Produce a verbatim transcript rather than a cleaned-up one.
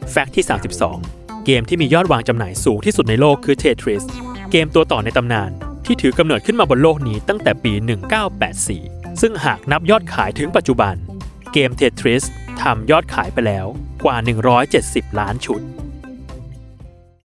แฟกต์ที่สามสิบสองเกมที่มียอดวางจำหน่ายสูงที่สุดในโลกคือ Tetris เกมตัวต่อในตำนานที่ถือกำเนิดขึ้นมาบนโลกนี้ตั้งแต่ปีหนึ่งพันเก้าร้อยแปดสิบสี่ซึ่งหากนับยอดขายถึงปัจจุบันเกม Tetris ทำยอดขายไปแล้วกว่าหนึ่งร้อยเจ็ดสิบล้านชุด